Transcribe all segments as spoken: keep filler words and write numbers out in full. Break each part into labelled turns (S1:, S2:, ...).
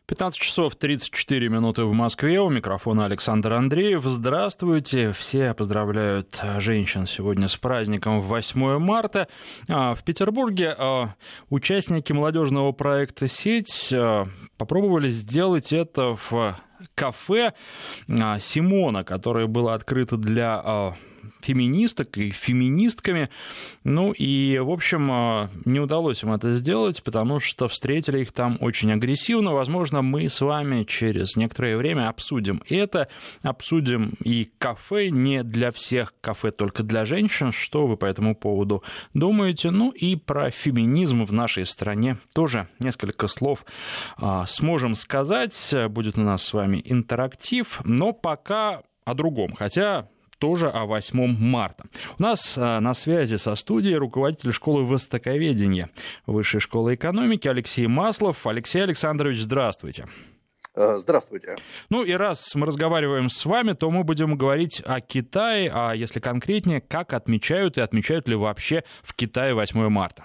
S1: пятнадцать часов тридцать четыре минуты в Москве. У микрофона Александр Андреев. Здравствуйте. Все поздравляют женщин сегодня с праздником восьмое марта. В Петербурге участники молодежного проекта «Сеть» попробовали сделать это в кафе «Симона», которое было открыто для феминисток и феминистками. Ну и, в общем, не удалось им это сделать, потому что встретили их там очень агрессивно. Возможно, мы с вами через некоторое время обсудим это, обсудим и кафе, не для всех кафе, только для женщин, что вы по этому поводу думаете. Ну и про феминизм в нашей стране тоже несколько слов а, сможем сказать. Будет у нас с вами интерактив, но пока о другом, хотя тоже о восьмом марта. У нас а, на связи со студией руководитель школы востоковедения Высшей школы экономики Алексей Маслов. Алексей Александрович, здравствуйте.
S2: Здравствуйте.
S1: Ну и раз мы разговариваем с вами, то мы будем говорить о Китае, а если конкретнее, как отмечают и отмечают ли вообще в Китае восьмое марта.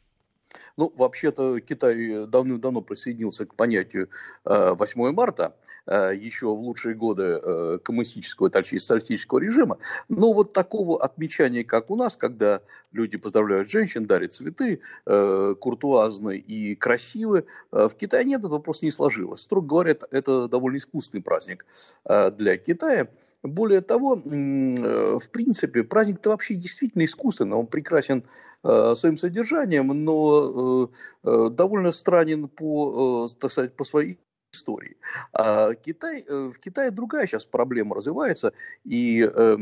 S2: Ну, вообще-то Китай давным-давно присоединился к понятию восьмое марта, еще в лучшие годы коммунистического, точнее, социалистического режима. Но вот такого отмечания, как у нас, когда люди поздравляют женщин, дарят цветы, куртуазны и красивы, в Китае нет, этот вопрос не сложилось. Строго говоря, это довольно искусственный праздник для Китая. Более того, в принципе, праздник-то вообще действительно искусственный, он прекрасен своим содержанием, но довольно странен по, так сказать, по своей истории. А Китай, в Китае другая сейчас проблема развивается, и э,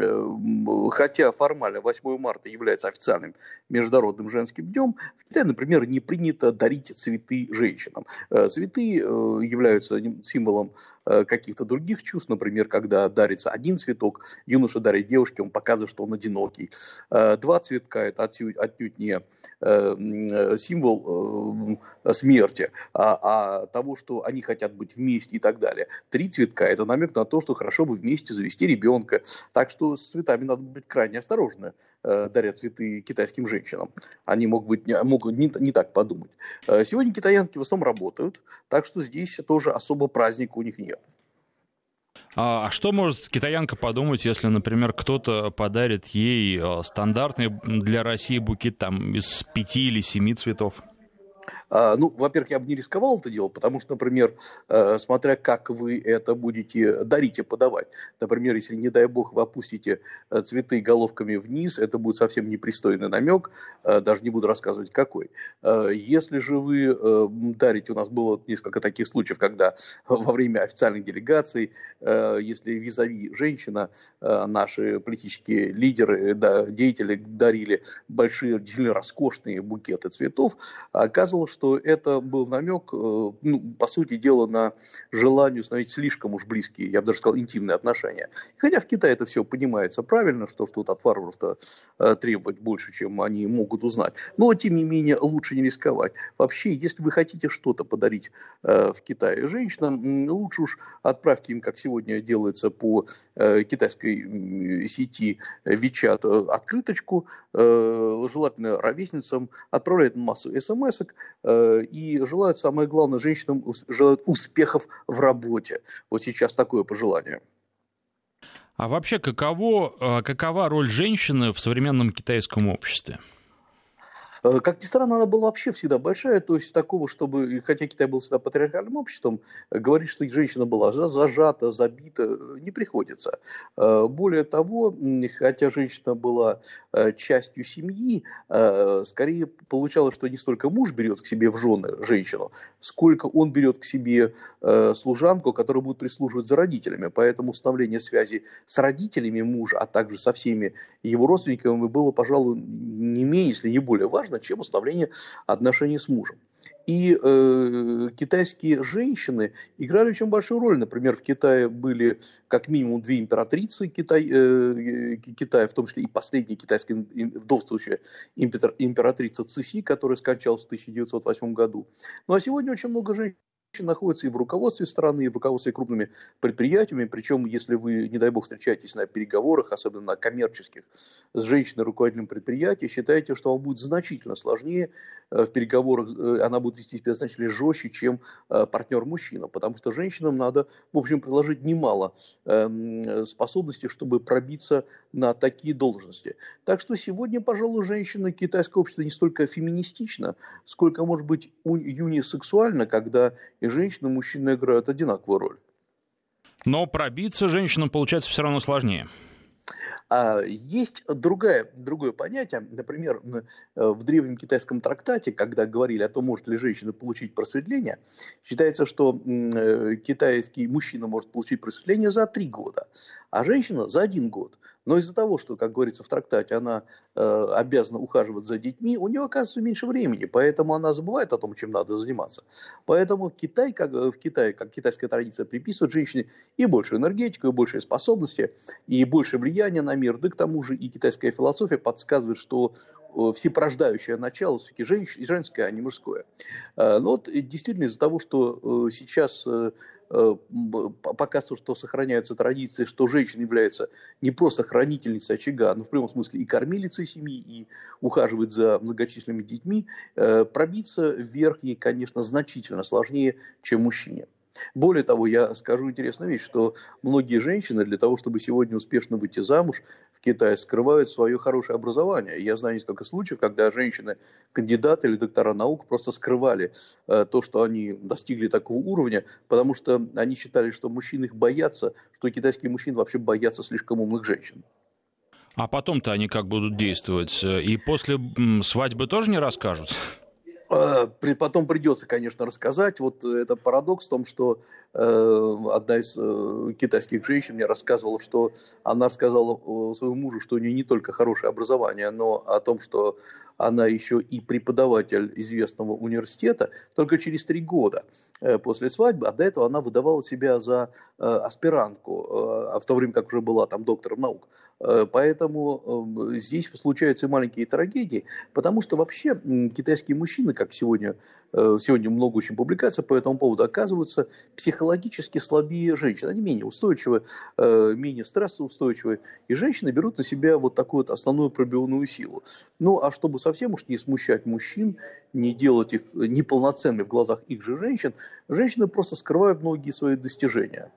S2: э, хотя формально восьмое марта является официальным международным женским днем, в Китае, например, не принято дарить цветы женщинам. Цветы э, являются символом э, каких-то других чувств, например, когда дарится один цветок, юноша дарит девушке, он показывает, что он одинокий. Э, два цветка – это отнюдь, отнюдь не э, символ э, смерти, а, а того, что они хотят быть вместе и так далее. Три цветка – это намек на то, что хорошо бы вместе завести ребенка. Так что с цветами надо быть крайне осторожны, э, даря цветы китайским женщинам. Они могут, быть, могут не, не так подумать. Э, сегодня китаянки в основном работают, так что здесь тоже особо праздника у них нет.
S1: А что может китаянка подумать, если, например, кто-то подарит ей стандартный для России букет там, из пяти или семи цветов?
S2: А, ну, во-первых, я бы не рисковал это делать, потому что, например, э, смотря как вы это будете дарить и подавать. Например, если, не дай бог, вы опустите цветы головками вниз, это будет совсем непристойный намек, э, даже не буду рассказывать какой. Э, если же вы э, дарите, у нас было несколько таких случаев, когда во время официальных делегаций, э, если визави женщина, э, наши политические лидеры, да, деятели дарили большие, действительно роскошные букеты цветов, оказывалось, что это был намек, ну, по сути дела, на желание установить слишком уж близкие, я бы даже сказал, интимные отношения. Хотя в Китае это все понимается правильно, что что от варваров-то э, требовать больше, чем они могут узнать. Но, тем не менее, лучше не рисковать. Вообще, если вы хотите что-то подарить э, в Китае женщинам, лучше уж отправьте им, как сегодня делается по э, китайской сети WeChat, э, открыточку, э, желательно ровесницам, отправляют массу смс-ок, и желают, самое главное, женщинам желают успехов в работе. Вот сейчас такое пожелание.
S1: А вообще, каково, какова роль женщины в современном китайском обществе?
S2: Как ни странно, она была вообще всегда большая, то есть такого, чтобы, хотя Китай был всегда патриархальным обществом, говорить, что женщина была зажата, забита, не приходится. Более того, хотя женщина была частью семьи, скорее получалось, что не столько муж берет к себе в жены женщину, сколько он берет к себе служанку, которая будет прислуживать за родителями. Поэтому установление связи с родителями мужа, а также со всеми его родственниками было, пожалуй, не менее, если не более важно, чем установление отношений с мужем. И э, китайские женщины играли очень большую роль. Например, в Китае были как минимум две императрицы Китай, э, Китая, в том числе и последняя китайская вдовствующая императрица Цыси, которая скончалась в тысяча девятьсот восьмом году. Ну а сегодня очень много женщин находится и в руководстве страны, и в руководстве крупными предприятиями. Причем, если вы, не дай бог, встречаетесь на переговорах, особенно на коммерческих, с женщиной руководителем предприятия, считайте, что вам будет значительно сложнее в переговорах, она будет вести себя значительно жестче, чем партнер-мужчина. Потому что женщинам надо, в общем, приложить немало способностей, чтобы пробиться на такие должности. Так что сегодня, пожалуй, женщина, китайское общество не столько феминистично, сколько, может быть, юнисексуально, когда и женщины, и мужчины играют одинаковую роль.
S1: Но пробиться женщинам, получается, все равно сложнее.
S2: А есть другое, другое понятие. Например, в древнем китайском трактате, когда говорили о том, может ли женщина получить просветление, считается, что китайский мужчина может получить просветление за три года, а женщина за один год. Но из-за того, что, как говорится в трактате, она э, обязана ухаживать за детьми, у нее оказывается меньше времени, поэтому она забывает о том, чем надо заниматься. Поэтому Китай, как, в Китае, как китайская традиция, приписывает женщине и большую энергетику, и большие способности, и больше влияния на мир. Да к тому же и китайская философия подсказывает, что всепорождающее начало все-таки женщ, женское, а не мужское. Но вот действительно из-за того, что сейчас показывается, что сохраняются традиции, что женщина является не просто хранительницей очага, но в прямом смысле и кормилицей семьи, и ухаживает за многочисленными детьми, пробиться вверх ей, конечно, значительно сложнее, чем мужчине. Более того, я скажу интересную вещь, что многие женщины для того, чтобы сегодня успешно выйти замуж в Китае, скрывают свое хорошее образование. Я знаю несколько случаев, когда женщины, кандидаты или доктора наук просто скрывали э, то, что они достигли такого уровня, потому что они считали, что мужчины их боятся, что китайские мужчины вообще боятся слишком умных женщин.
S1: А потом-то они как будут действовать? И после свадьбы тоже не расскажут?
S2: Потом придется, конечно, рассказать. Вот это парадокс в том, что э, одна из э, китайских женщин мне рассказывала, что она сказала своему мужу, что у нее не только хорошее образование, но о том, что она еще и преподаватель известного университета, только через три года э, после свадьбы, а до этого она выдавала себя за э, аспирантку, э, а в то время как уже была там доктором наук. Поэтому здесь случаются маленькие трагедии, потому что вообще китайские мужчины, как сегодня, сегодня много очень публикаций по этому поводу, оказываются психологически слабее женщин. Они менее устойчивы, менее стрессоустойчивы, и женщины берут на себя вот такую вот основную пробивную силу. Ну, а чтобы совсем уж не смущать мужчин, не делать их неполноценными в глазах их же женщин, женщины просто скрывают многие свои достижения.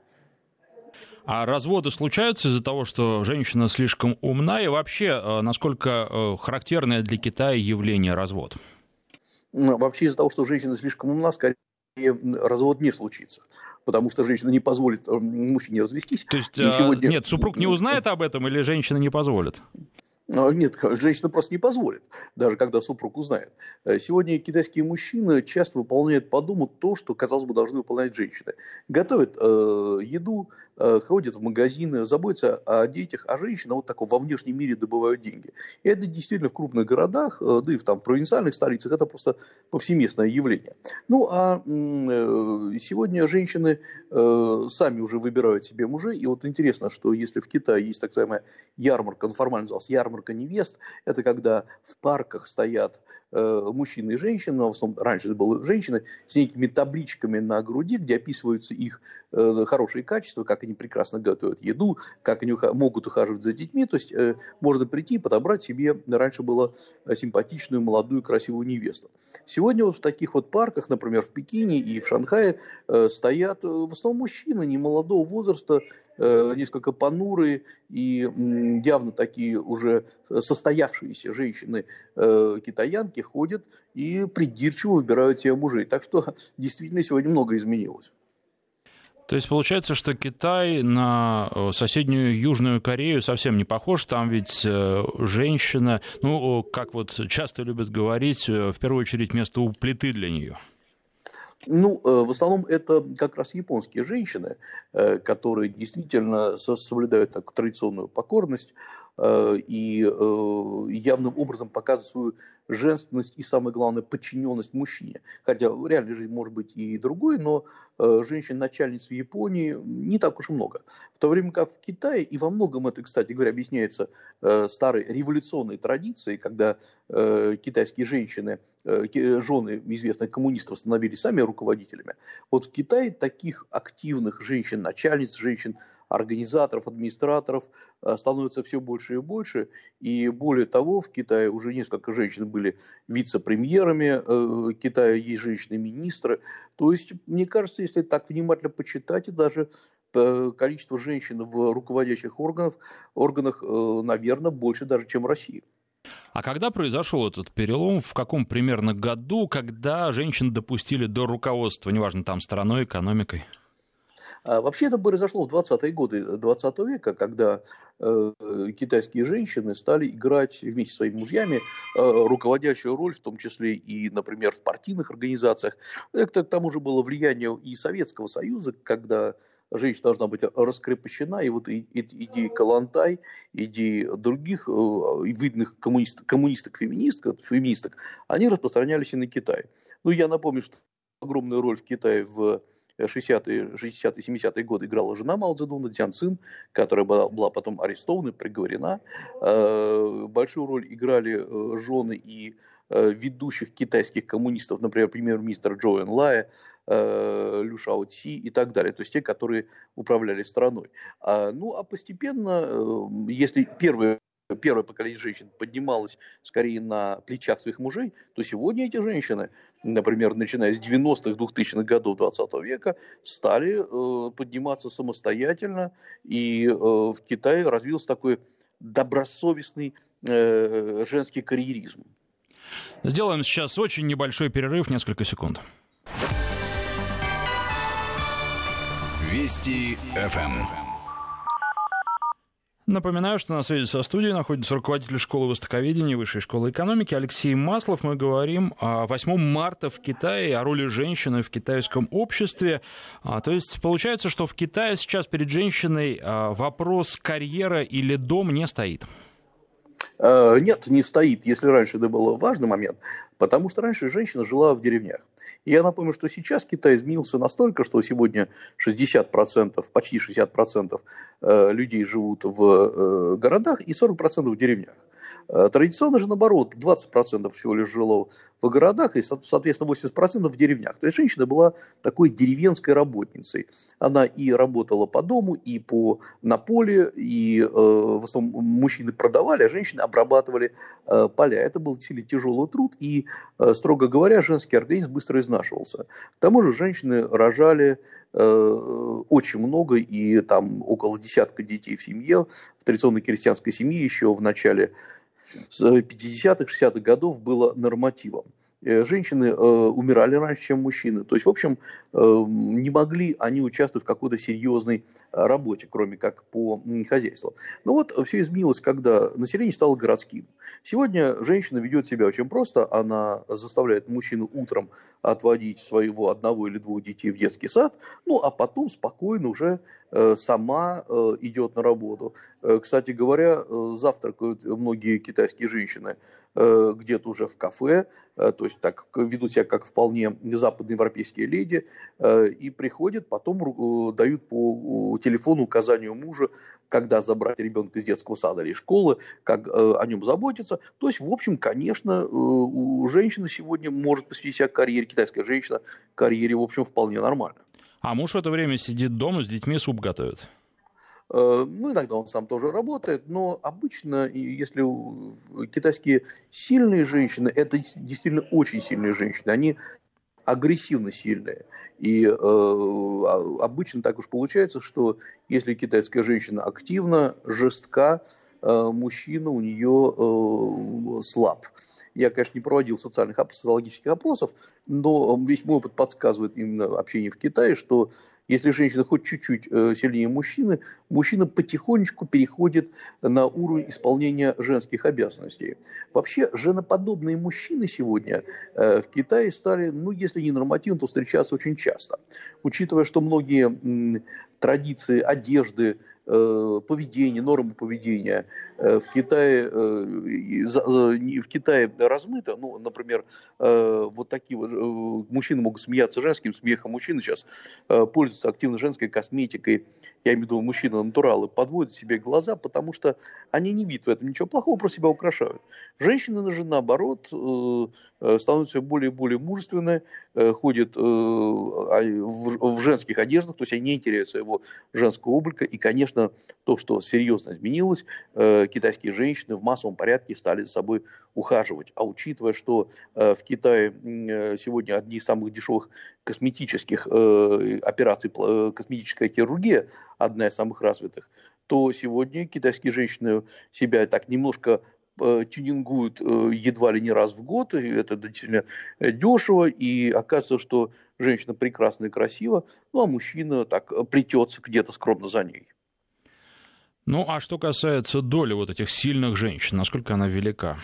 S1: А разводы случаются из-за того, что женщина слишком умна? И вообще, насколько характерное для Китая явление развод?
S2: Ну, вообще из-за того, что женщина слишком умна, скорее развод не случится. Потому что женщина не позволит мужчине развестись.
S1: То есть, и сегодня... нет, супруг не узнает об этом или женщина не позволит?
S2: Нет, женщина просто не позволит, даже когда супруг узнает. Сегодня китайские мужчины часто выполняют по дому то, что, казалось бы, должны выполнять женщины. Готовят э, еду, э, ходят в магазины, заботятся о детях, а женщины вот так вот во внешнем мире добывают деньги. И это действительно в крупных городах, э, да и в там, провинциальных столицах, это просто повсеместное явление. Ну, а э, сегодня женщины э, сами уже выбирают себе мужей. И вот интересно, что если в Китае есть так называемая ярмарка, ну, формально называлась ярмарка, ярмарка невест, это когда в парках стоят э, мужчины и женщины, но в основном раньше это были женщины, с некими табличками на груди, где описываются их э, хорошие качества, как они прекрасно готовят еду, как они уха- могут ухаживать за детьми, то есть э, можно прийти и подобрать себе, раньше было симпатичную, молодую, красивую невесту. Сегодня вот в таких вот парках, например, в Пекине и в Шанхае э, стоят в основном мужчины немолодого возраста, несколько понурые и явно такие уже состоявшиеся женщины-китаянки ходят и придирчиво выбирают себе мужей. Так что действительно сегодня много изменилось.
S1: То есть получается, что Китай на соседнюю Южную Корею совсем не похож. Там ведь женщина, ну, как вот часто любят говорить, в первую очередь место у плиты для нее.
S2: Ну, в основном это как раз японские женщины, которые действительно соблюдают так традиционную покорность и явным образом показывают свою женственность и, самое главное, подчиненность мужчине. Хотя в реальной жизни может быть и другой, но женщин-начальниц в Японии не так уж и много. В то время как в Китае, и во многом это, кстати говоря, объясняется старой революционной традицией, когда китайские женщины, жены известных коммунистов становились сами руководителями. Вот в Китае таких активных женщин-начальниц, женщин-организаторов, администраторов становится все больше и больше. И более того, в Китае уже несколько женщин были вице-премьерами, э, Китая есть женщины-министры. То есть, мне кажется, если так внимательно почитать, и даже количество женщин в руководящих органах, органах, э, наверное, больше даже, чем в России.
S1: А когда произошел этот перелом, в каком примерно году, когда женщин допустили до руководства, неважно, там, страной, экономикой?
S2: А вообще это произошло в двадцатые годы двадцатого века, когда э, китайские женщины стали играть вместе со своими мужьями э, руководящую роль, в том числе и, например, в партийных организациях. Это к тому же было влияние и Советского Союза, когда женщина должна быть раскрепощена, и вот идеи Калантай, идеи других видных коммунист, коммунисток, феминисток, феминисток, они распространялись и на Китай. Ну, я напомню, что огромную роль в Китае в шестидесятые, шестидесятые, семидесятые годы играла жена Мао Цзэдуна, Цзян Цин, которая была, была потом арестована, приговорена. Большую роль играли жены и ведущих китайских коммунистов, например, премьер-министр Чжоу Энлая, Лю Шаоци и так далее, то есть те, которые управляли страной. Ну, а постепенно, если первые Первое поколение женщин поднималось скорее на плечах своих мужей, то сегодня эти женщины, например, начиная с девяностых, двухтысячных годов двадцатого века, стали э, подниматься самостоятельно, и э, в Китае развился такой добросовестный э, женский карьеризм.
S1: Сделаем сейчас очень небольшой перерыв, несколько секунд.
S3: Вести эф эм.
S1: Напоминаю, что на связи со студией находится руководитель школы востоковедения Высшей школы экономики Алексей Маслов. Мы говорим о восьмом марта в Китае, о роли женщины в китайском обществе. То есть получается, что в Китае сейчас перед женщиной вопрос карьера или дом не стоит?
S2: Нет, не стоит, если раньше это был важный момент, потому что раньше женщина жила в деревнях. И я напомню, что сейчас Китай изменился настолько, что сегодня шестьдесят процентов, почти шестьдесят процентов людей живут в городах и сорок процентов в деревнях. Традиционно же наоборот, двадцать процентов всего лишь жило в городах и, соответственно, восемьдесят процентов в деревнях. То есть женщина была такой деревенской работницей. Она и работала по дому, и по, на поле, и э, в основном мужчины продавали, а женщины обрабатывали э, поля. Это был действительно тяжелый труд, и, э, строго говоря, женский организм быстро изнашивался. К тому же женщины рожали э, очень много, и там около десятка детей в семье, в традиционной крестьянской семье еще в начале пятидесятых, шестидесятых годов было нормативом. Женщины э, умирали раньше, чем мужчины. То есть, в общем, э, не могли они участвовать в какой-то серьезной работе, кроме как по хозяйству. Но вот все изменилось, когда население стало городским. Сегодня женщина ведет себя очень просто. Она заставляет мужчину утром отводить своего одного или двух детей в детский сад, ну, а потом спокойно уже э, сама э, идет на работу. Э, кстати говоря, э, завтракают многие китайские женщины э, где-то уже в кафе, э, то есть так ведут себя как вполне западноевропейские леди, э, и приходят, потом э, дают по телефону указанию мужа, когда забрать ребенка из детского сада или школы, как э, о нем заботиться. То есть, в общем, конечно, э, у женщины сегодня может посвятить себя карьере, китайская женщина карьере, в общем, вполне нормально.
S1: А муж в это время сидит дома, с детьми суп готовит?
S2: Ну, иногда он сам тоже работает, но обычно, если китайские сильные женщины, это действительно очень сильные женщины, они агрессивно сильные. И э, обычно так уж получается, что если китайская женщина активна, жестка, э, мужчина у нее э, слаб. Я, конечно, не проводил социальных, социологических опросов, но весь мой опыт подсказывает именно общение в Китае, что если женщина хоть чуть-чуть сильнее мужчины, мужчина потихонечку переходит на уровень исполнения женских обязанностей. Вообще, женоподобные мужчины сегодня в Китае стали, ну, если не нормативно, то встречаться очень часто. Учитывая, что многие м, традиции одежды поведение, нормы поведения в Китае, в Китае размыто. Ну, например, вот такие вот мужчины могут смеяться женским смехом. Мужчины сейчас пользуются активно женской косметикой. Я имею в виду мужчины-натуралы, подводят себе глаза, потому что они не видят в этом ничего плохого, просто себя украшают. Женщины же, наоборот, становятся более и более мужественны, ходят в женских одеждах, то есть они не теряют своего женского облика. И, конечно, то, что серьезно изменилось, китайские женщины в массовом порядке стали за собой ухаживать. А учитывая, что в Китае сегодня одни из самых дешевых косметических операций, косметическая хирургия, одна из самых развитых, то сегодня китайские женщины себя так немножко тюнингуют едва ли не раз в год, и это действительно дешево, и оказывается, что женщина прекрасна и красива, ну а мужчина так плетется где-то скромно за ней.
S1: Ну а что касается доли вот этих сильных женщин, насколько она велика?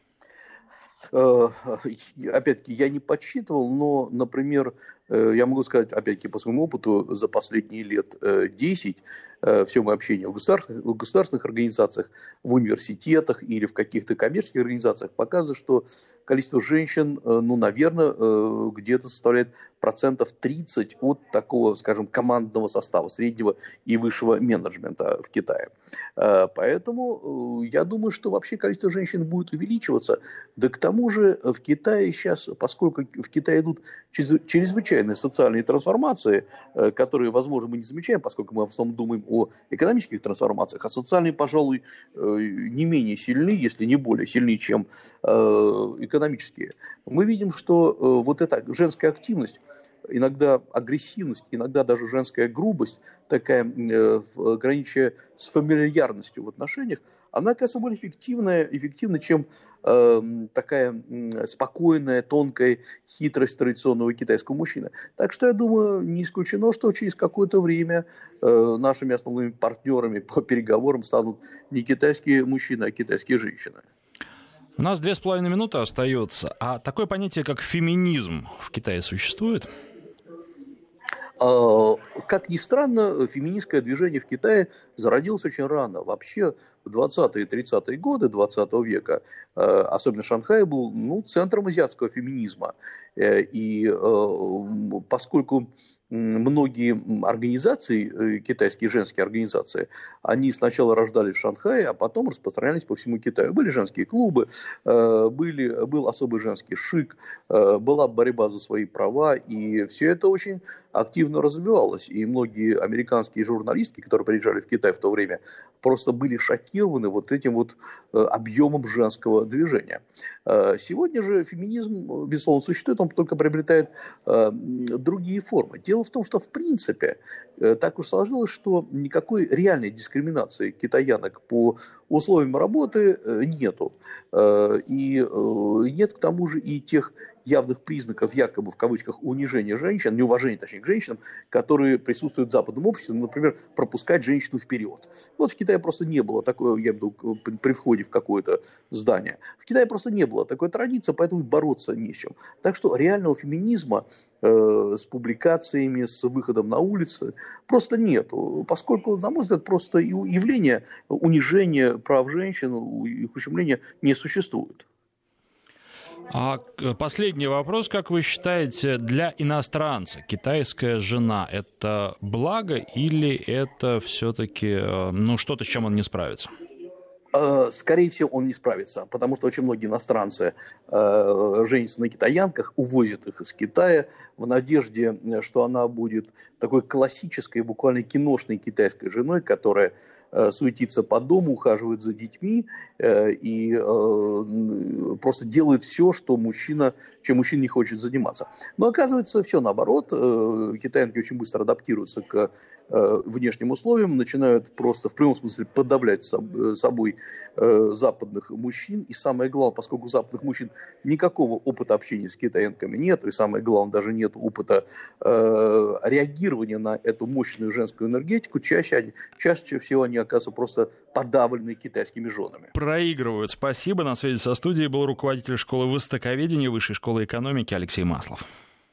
S2: Опять-таки, я не подсчитывал, но, например, я могу сказать, опять-таки, по своему опыту за последние лет десять, все мое общение в государственных, в государственных организациях, в университетах или в каких-то коммерческих организациях показывает, что количество женщин, ну, наверное, где-то составляет процентов тридцать от такого, скажем, командного состава, среднего и высшего менеджмента в Китае. Поэтому я думаю, что вообще количество женщин будет увеличиваться. Да к тому же в Китае сейчас, поскольку в Китае идут чрезвычайные социальные трансформации, которые, возможно, мы не замечаем, поскольку мы в основном думаем о экономических трансформациях, а социальные, пожалуй, не менее сильны, если не более сильны, чем экономические. Мы видим, что вот эта женская активность, иногда агрессивность, иногда даже женская грубость, такая э, граничащая с фамильярностью в отношениях, она, оказывается, более эффективная, эффективна, чем э, такая э, спокойная, тонкая хитрость традиционного китайского мужчины. Так что я думаю, не исключено, что через какое-то время э, нашими основными партнерами по переговорам станут не китайские мужчины, а китайские женщины.
S1: У нас две с половиной минуты остается. А такое понятие, как феминизм, в Китае существует?
S2: Как ни странно, феминистское движение в Китае зародилось очень рано. Вообще в двадцатые и тридцатые годы двадцатого века, особенно Шанхай, был ну, центром азиатского феминизма. И поскольку многие организации, китайские женские организации, они сначала рождались в Шанхае, а потом распространялись по всему Китаю. Были женские клубы, были, был особый женский шик, была борьба за свои права, и все это очень активно развивалось. И многие американские журналистки, которые приезжали в Китай в то время, просто были шокированы вот этим вот объемом женского движения. Сегодня же феминизм, безусловно, существует, он только приобретает другие формы. Дело в том, что в принципе так уж сложилось, что никакой реальной дискриминации китаянок по условиям работы нету. И нет к тому же и тех явных признаков, якобы в кавычках, унижения женщин, неуважения, точнее, к женщинам, которые присутствуют в западном обществе, например, пропускать женщину вперед. Вот в Китае просто не было такой, я имею в виду, при входе в какое-то здание. В Китае просто не было такой традиции, поэтому бороться не с чем. Так что реального феминизма э, с публикациями, с выходом на улицы просто нету, поскольку, на мой взгляд, просто явление унижения прав женщин, их ущемления не существует.
S1: А последний вопрос, как вы считаете, для иностранца китайская жена – это благо или это все-таки ну, что-то, с чем он не справится?
S2: Скорее всего, он не справится, потому что очень многие иностранцы э, женятся на китаянках, увозят их из Китая в надежде, что она будет такой классической, буквально киношной китайской женой, которая э, суетится по дому, ухаживает за детьми э, и э, просто делает все, что мужчина, чем мужчина не хочет заниматься. Но оказывается, все наоборот. Э, китаянки очень быстро адаптируются к э, внешним условиям, начинают просто в прямом смысле подавлять соб- собой западных мужчин, и самое главное, поскольку у западных мужчин никакого опыта общения с китаянками нет, и самое главное, даже нет опыта э, реагирования на эту мощную женскую энергетику, чаще, они, чаще всего они оказываются просто подавлены китайскими женами.
S1: Проигрывают. Спасибо. На связи со студией был руководитель школы востоковедения Высшей школы экономики Алексей Маслов.